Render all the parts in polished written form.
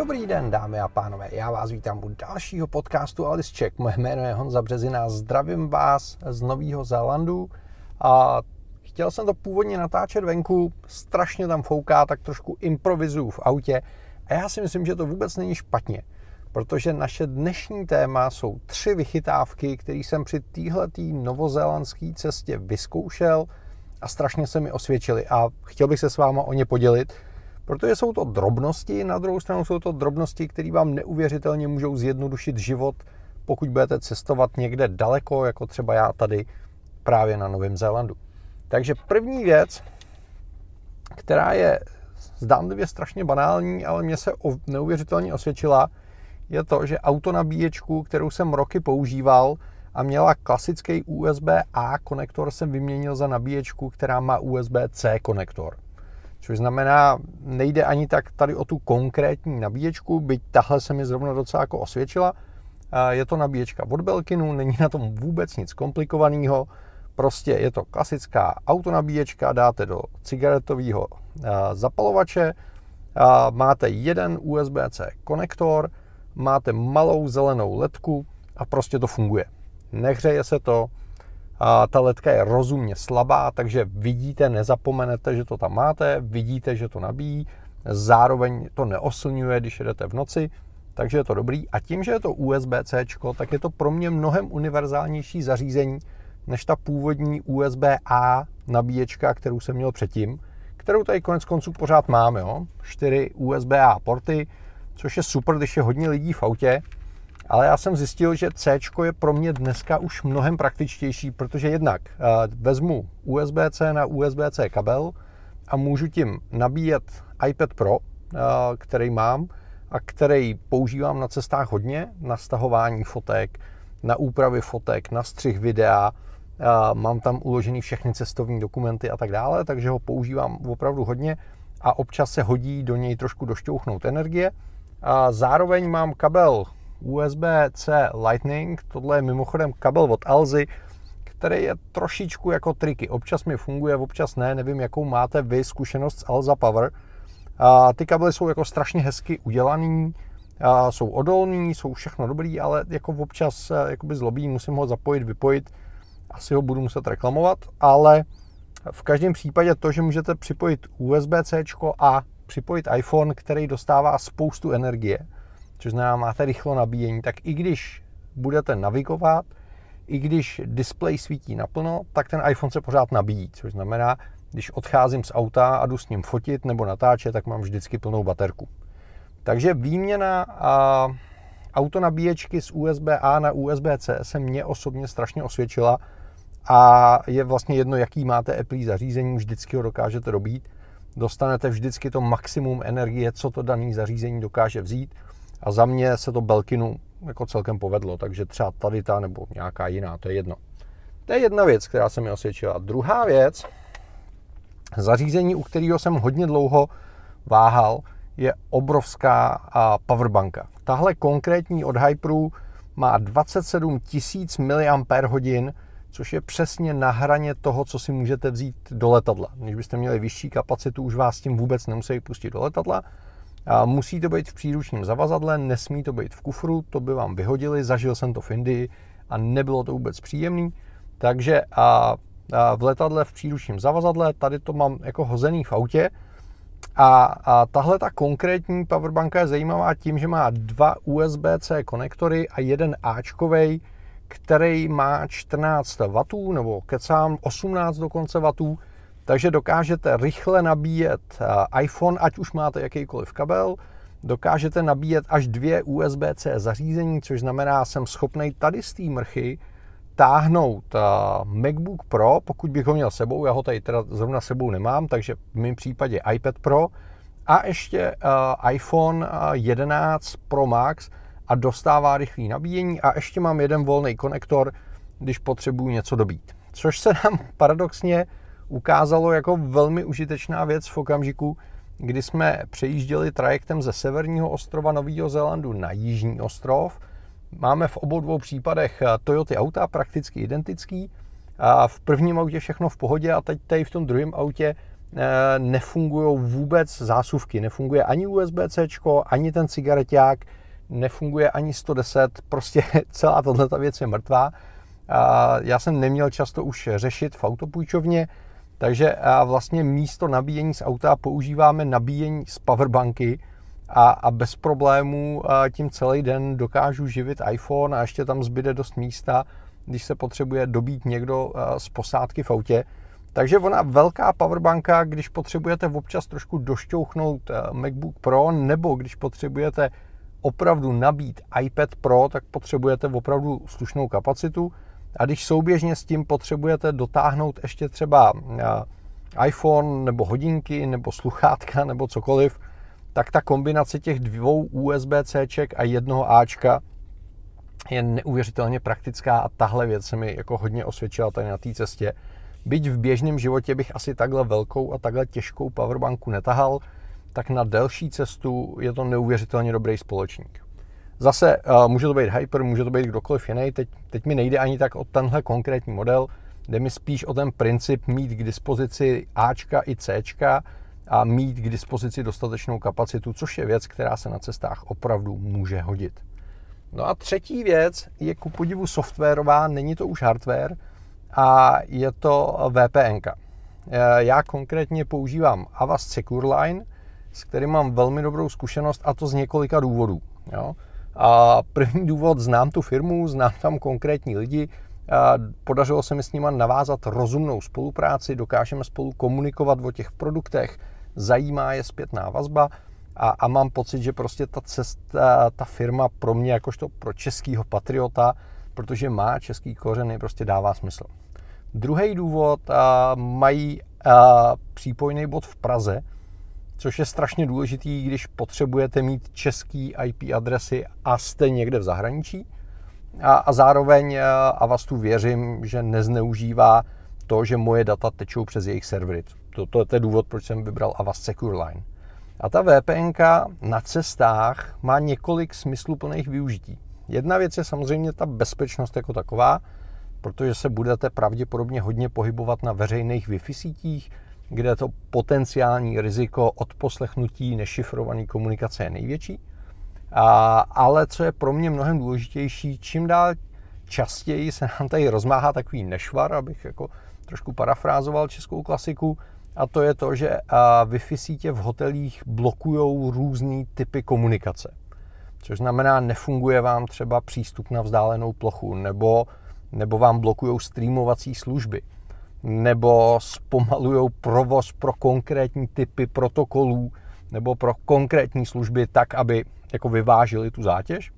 Dobrý den, dámy a pánové, já vás vítám u dalšího podcastu Alice Check. Moje jméno je Honza Březina, zdravím vás z Nového Zélandu a chtěl jsem to původně natáčet venku, strašně tam fouká, tak trošku improvizuju v autě a já si myslím, že to vůbec není špatně, protože naše dnešní téma jsou 3 vychytávky, které jsem při téhletý novozélandské cestě vyzkoušel a strašně se mi osvědčily a chtěl bych se s váma o ně podělit. Protože jsou to drobnosti, na druhou stranu jsou to drobnosti, které vám neuvěřitelně můžou zjednodušit život, pokud budete cestovat někde daleko, jako třeba já tady právě na Novém Zélandu. Takže první věc, která je zdánlivě strašně banální, ale mě se neuvěřitelně osvědčila, je to, že autonabíječku, kterou jsem roky používal a měla klasický USB-A konektor, jsem vyměnil za nabíječku, která má USB-C konektor. Což znamená, nejde ani tak tady o tu konkrétní nabíječku, byť tahle se mi zrovna docela jako osvědčila. Je to nabíječka od Belkinu, není na tom vůbec nic komplikovaného. Prostě je to klasická autonabíječka, dáte do cigaretového zapalovače, máte jeden USB-C konektor, máte malou zelenou ledku a prostě to funguje. Nehřeje se to. Ta ledka je rozumně slabá, takže vidíte, nezapomenete, že to tam máte, vidíte, že to nabíjí, zároveň to neoslňuje, když jedete v noci, takže je to dobrý. A tím, že je to USB-C, tak je to pro mě mnohem univerzálnější zařízení, než ta původní USB-A nabíječka, kterou jsem měl předtím, kterou tady konec konců pořád máme, 4 USB-A porty, což je super, když je hodně lidí v autě. Ale já jsem zjistil, že C je pro mě dneska už mnohem praktičtější, protože jednak vezmu USB-C na USB-C kabel a můžu tím nabíjet iPad Pro, který mám a který používám na cestách hodně, na stahování fotek, na úpravy fotek, na střih videa, mám tam uložený všechny cestovní dokumenty a tak dále, takže ho používám opravdu hodně a občas se hodí do něj trošku došťouchnout energie. A zároveň mám kabel USB-C Lightning, tohle je mimochodem kabel od Alzy, který je trošičku jako triky. Občas mi funguje, občas ne, nevím, jakou máte vy zkušenost s Alza Power. Ty kabely jsou jako strašně hezky udělaný, jsou odolný, jsou všechno dobrý, ale jako občas jakoby zlobí, musím ho zapojit, vypojit, asi ho budu muset reklamovat, ale v každém případě to, že můžete připojit USB-C a připojit iPhone, který dostává spoustu energie, což znamená, máte rychlo nabíjení, tak i když budete navigovat, i když displej svítí naplno, tak ten iPhone se pořád nabíjí, což znamená, když odcházím z auta a jdu s ním fotit nebo natáčet, tak mám vždycky plnou baterku. Takže výměna autonabíječky z USB-A na USB-C se mně osobně strašně osvědčila a je vlastně jedno, jaký máte Apple zařízení, vždycky ho dokážete dobít. Dostanete vždycky to maximum energie, co to daný zařízení dokáže vzít. A za mě se to Belkinu jako celkem povedlo, takže třeba tady ta nebo nějaká jiná, to je jedno. To je jedna věc, která se mi osvědčila. Druhá věc, zařízení, u kterého jsem hodně dlouho váhal, je obrovská powerbanka. Tahle konkrétní od Hyperu má 27 000 mAh, což je přesně na hraně toho, co si můžete vzít do letadla. Když byste měli vyšší kapacitu, už vás tím vůbec nemusí pustit do letadla. Musí to být v příručním zavazadle, nesmí to být v kufru, to by vám vyhodili, zažil jsem to v Indii a nebylo to vůbec příjemný. Takže v letadle v příručním zavazadle, tady to mám jako hozený v autě a tahle ta konkrétní powerbanka je zajímavá tím, že má 2 USB-C konektory a jeden Ačkovej, který má 14 W nebo kecám 18 dokonce W. Takže dokážete rychle nabíjet iPhone, ať už máte jakýkoliv kabel, dokážete nabíjet až 2 USB-C zařízení, což znamená, jsem schopnej tady z té mrchy táhnout MacBook Pro, pokud bych ho měl sebou, já ho tady teda zrovna sebou nemám, takže v mém případě iPad Pro a ještě iPhone 11 Pro Max a dostává rychlé nabíjení a ještě mám jeden volný konektor, když potřebuji něco dobít. Což se nám paradoxně ukázalo jako velmi užitečná věc v okamžiku, kdy jsme přejížděli trajektem ze severního ostrova Nového Zélandu na jižní ostrov. Máme v obou dvou případech Toyota auta, prakticky identický. A v prvním autě všechno v pohodě a teď tady v tom druhém autě nefungují vůbec zásuvky, nefunguje ani USB-C, ani ten cigareták, nefunguje ani 110, prostě celá tato věc je mrtvá. Já jsem neměl často už řešit v autopůjčovně, takže vlastně místo nabíjení z auta používáme nabíjení z powerbanky a bez problémů tím celý den dokážu živit iPhone a ještě tam zbyde dost místa, když se potřebuje dobít někdo z posádky v autě. Takže ona velká powerbanka, když potřebujete občas trošku došťouchnout MacBook Pro, nebo když potřebujete opravdu nabít iPad Pro, tak potřebujete opravdu slušnou kapacitu. A když souběžně s tím potřebujete dotáhnout ještě třeba iPhone, nebo hodinky, nebo sluchátka, nebo cokoliv, tak ta kombinace těch dvou USB-Cček a jednoho Ačka je neuvěřitelně praktická a tahle věc se mi jako hodně osvědčila tady na té cestě. Byť v běžném životě bych asi takhle velkou a takhle těžkou powerbanku netahal, tak na delší cestu je to neuvěřitelně dobrý společník. Zase může to být Hyper, může to být kdokoliv jiný, teď mi nejde ani tak o tenhle konkrétní model, jde mi spíš o ten princip mít k dispozici Ačka i Cčka a mít k dispozici dostatečnou kapacitu, což je věc, která se na cestách opravdu může hodit. No a třetí věc je ku podivu softwarová, není to už hardware a je to VPNka. Já konkrétně používám Avast Securline, s kterým mám velmi dobrou zkušenost a to z několika důvodů. Jo? A první důvod, znám tu firmu, znám tam konkrétní lidi, podařilo se mi s nimi navázat rozumnou spolupráci, dokážeme spolu komunikovat o těch produktech, zajímá je zpětná vazba a mám pocit, že prostě ta firma pro mě, jakožto pro českýho patriota, protože má český kořeny, prostě dává smysl. Druhý důvod, mají přípojný bod v Praze, což je strašně důležitý, když potřebujete mít český IP adresy a jste někde v zahraničí. A zároveň Avastu věřím, že nezneužívá to, že moje data tečou přes jejich servery. To je důvod, proč jsem vybral Avast Securline. A ta VPNka na cestách má několik smysluplných využití. Jedna věc je samozřejmě ta bezpečnost jako taková, protože se budete pravděpodobně hodně pohybovat na veřejných Wi-Fi sítích, kde to potenciální riziko odposlechnutí nešifrované komunikace je největší. Ale co je pro mě mnohem důležitější, čím dál častěji se nám tady rozmáhá takový nešvar, abych jako trošku parafrázoval českou klasiku, a to je to, že Wi-Fi sítě v hotelích blokují různý typy komunikace. Což znamená, nefunguje vám třeba přístup na vzdálenou plochu, nebo vám blokují streamovací služby, nebo zpomalují provoz pro konkrétní typy protokolů, nebo pro konkrétní služby tak, aby jako vyvážili tu zátěž.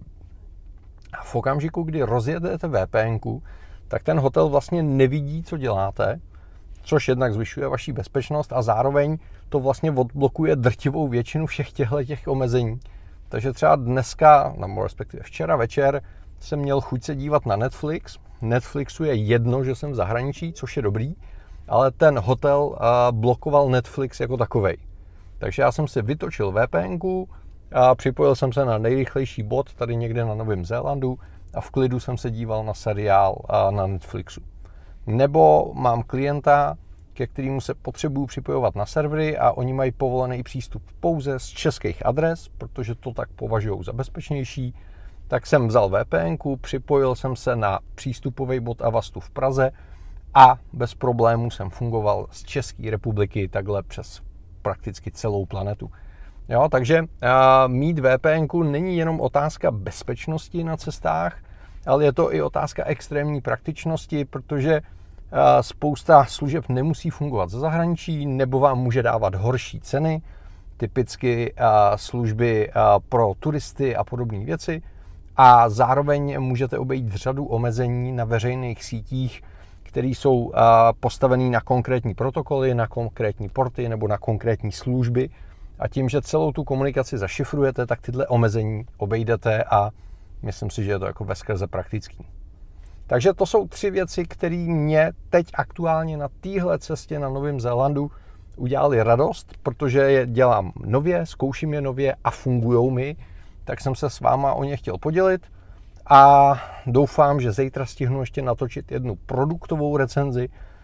A v okamžiku, kdy rozjedete VPNku, tak ten hotel vlastně nevidí, co děláte, což jednak zvyšuje vaši bezpečnost a zároveň to vlastně odblokuje drtivou většinu všech těch omezení. Takže třeba dneska, nebo respektive včera večer, jsem měl chuť se dívat na Netflix. Netflixu je jedno, že jsem v zahraničí, což je dobrý, ale ten hotel blokoval Netflix jako takovej. Takže já jsem si vytočil VPNku, připojil jsem se na nejrychlejší bod tady někde na Novém Zélandu a v klidu jsem se díval na seriál na Netflixu. Nebo mám klienta, ke kterému se potřebuju připojovat na servery a oni mají povolený přístup pouze z českých adres, protože to tak považují za bezpečnější. Tak jsem vzal VPNku, připojil jsem se na přístupový bod Avastu v Praze a bez problémů jsem fungoval z České republiky takhle přes prakticky celou planetu. Jo, takže mít VPNku není jenom otázka bezpečnosti na cestách, ale je to i otázka extrémní praktičnosti, protože spousta služeb nemusí fungovat ze zahraničí nebo vám může dávat horší ceny, typicky služby pro turisty a podobné věci. A zároveň můžete obejít řadu omezení na veřejných sítích, které jsou postavené na konkrétní protokoly, na konkrétní porty nebo na konkrétní služby. A tím, že celou tu komunikaci zašifrujete, tak tyhle omezení obejdete a myslím si, že je to jako veskrze praktický. Takže to jsou 3 věci, které mě teď aktuálně na téhle cestě na Novém Zélandu udělali radost, protože je dělám nově, zkouším je nově a fungujou mi, tak jsem se s váma o ně chtěl podělit a doufám, že zítra stihnu ještě natočit jednu produktovou recenzi,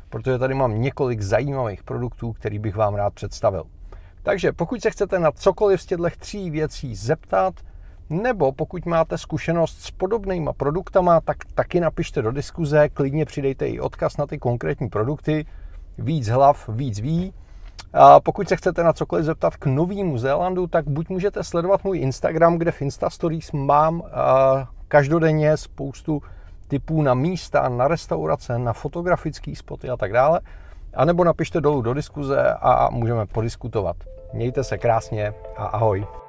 protože tady mám několik zajímavých produktů, který bych vám rád představil. Takže pokud se chcete na cokoliv z těchto 3 věcí zeptat, nebo pokud máte zkušenost s podobnýma produktama, tak taky napište do diskuze, klidně přidejte i odkaz na ty konkrétní produkty, víc hlav, víc ví. A pokud se chcete na cokoliv zeptat k Novému Zélandu, tak buď můžete sledovat můj Instagram, kde v Insta Stories mám každodenně spoustu tipů na místa, na restaurace, na fotografické spoty a tak dále, anebo napište dolů do diskuze a můžeme podiskutovat. Mějte se krásně a ahoj.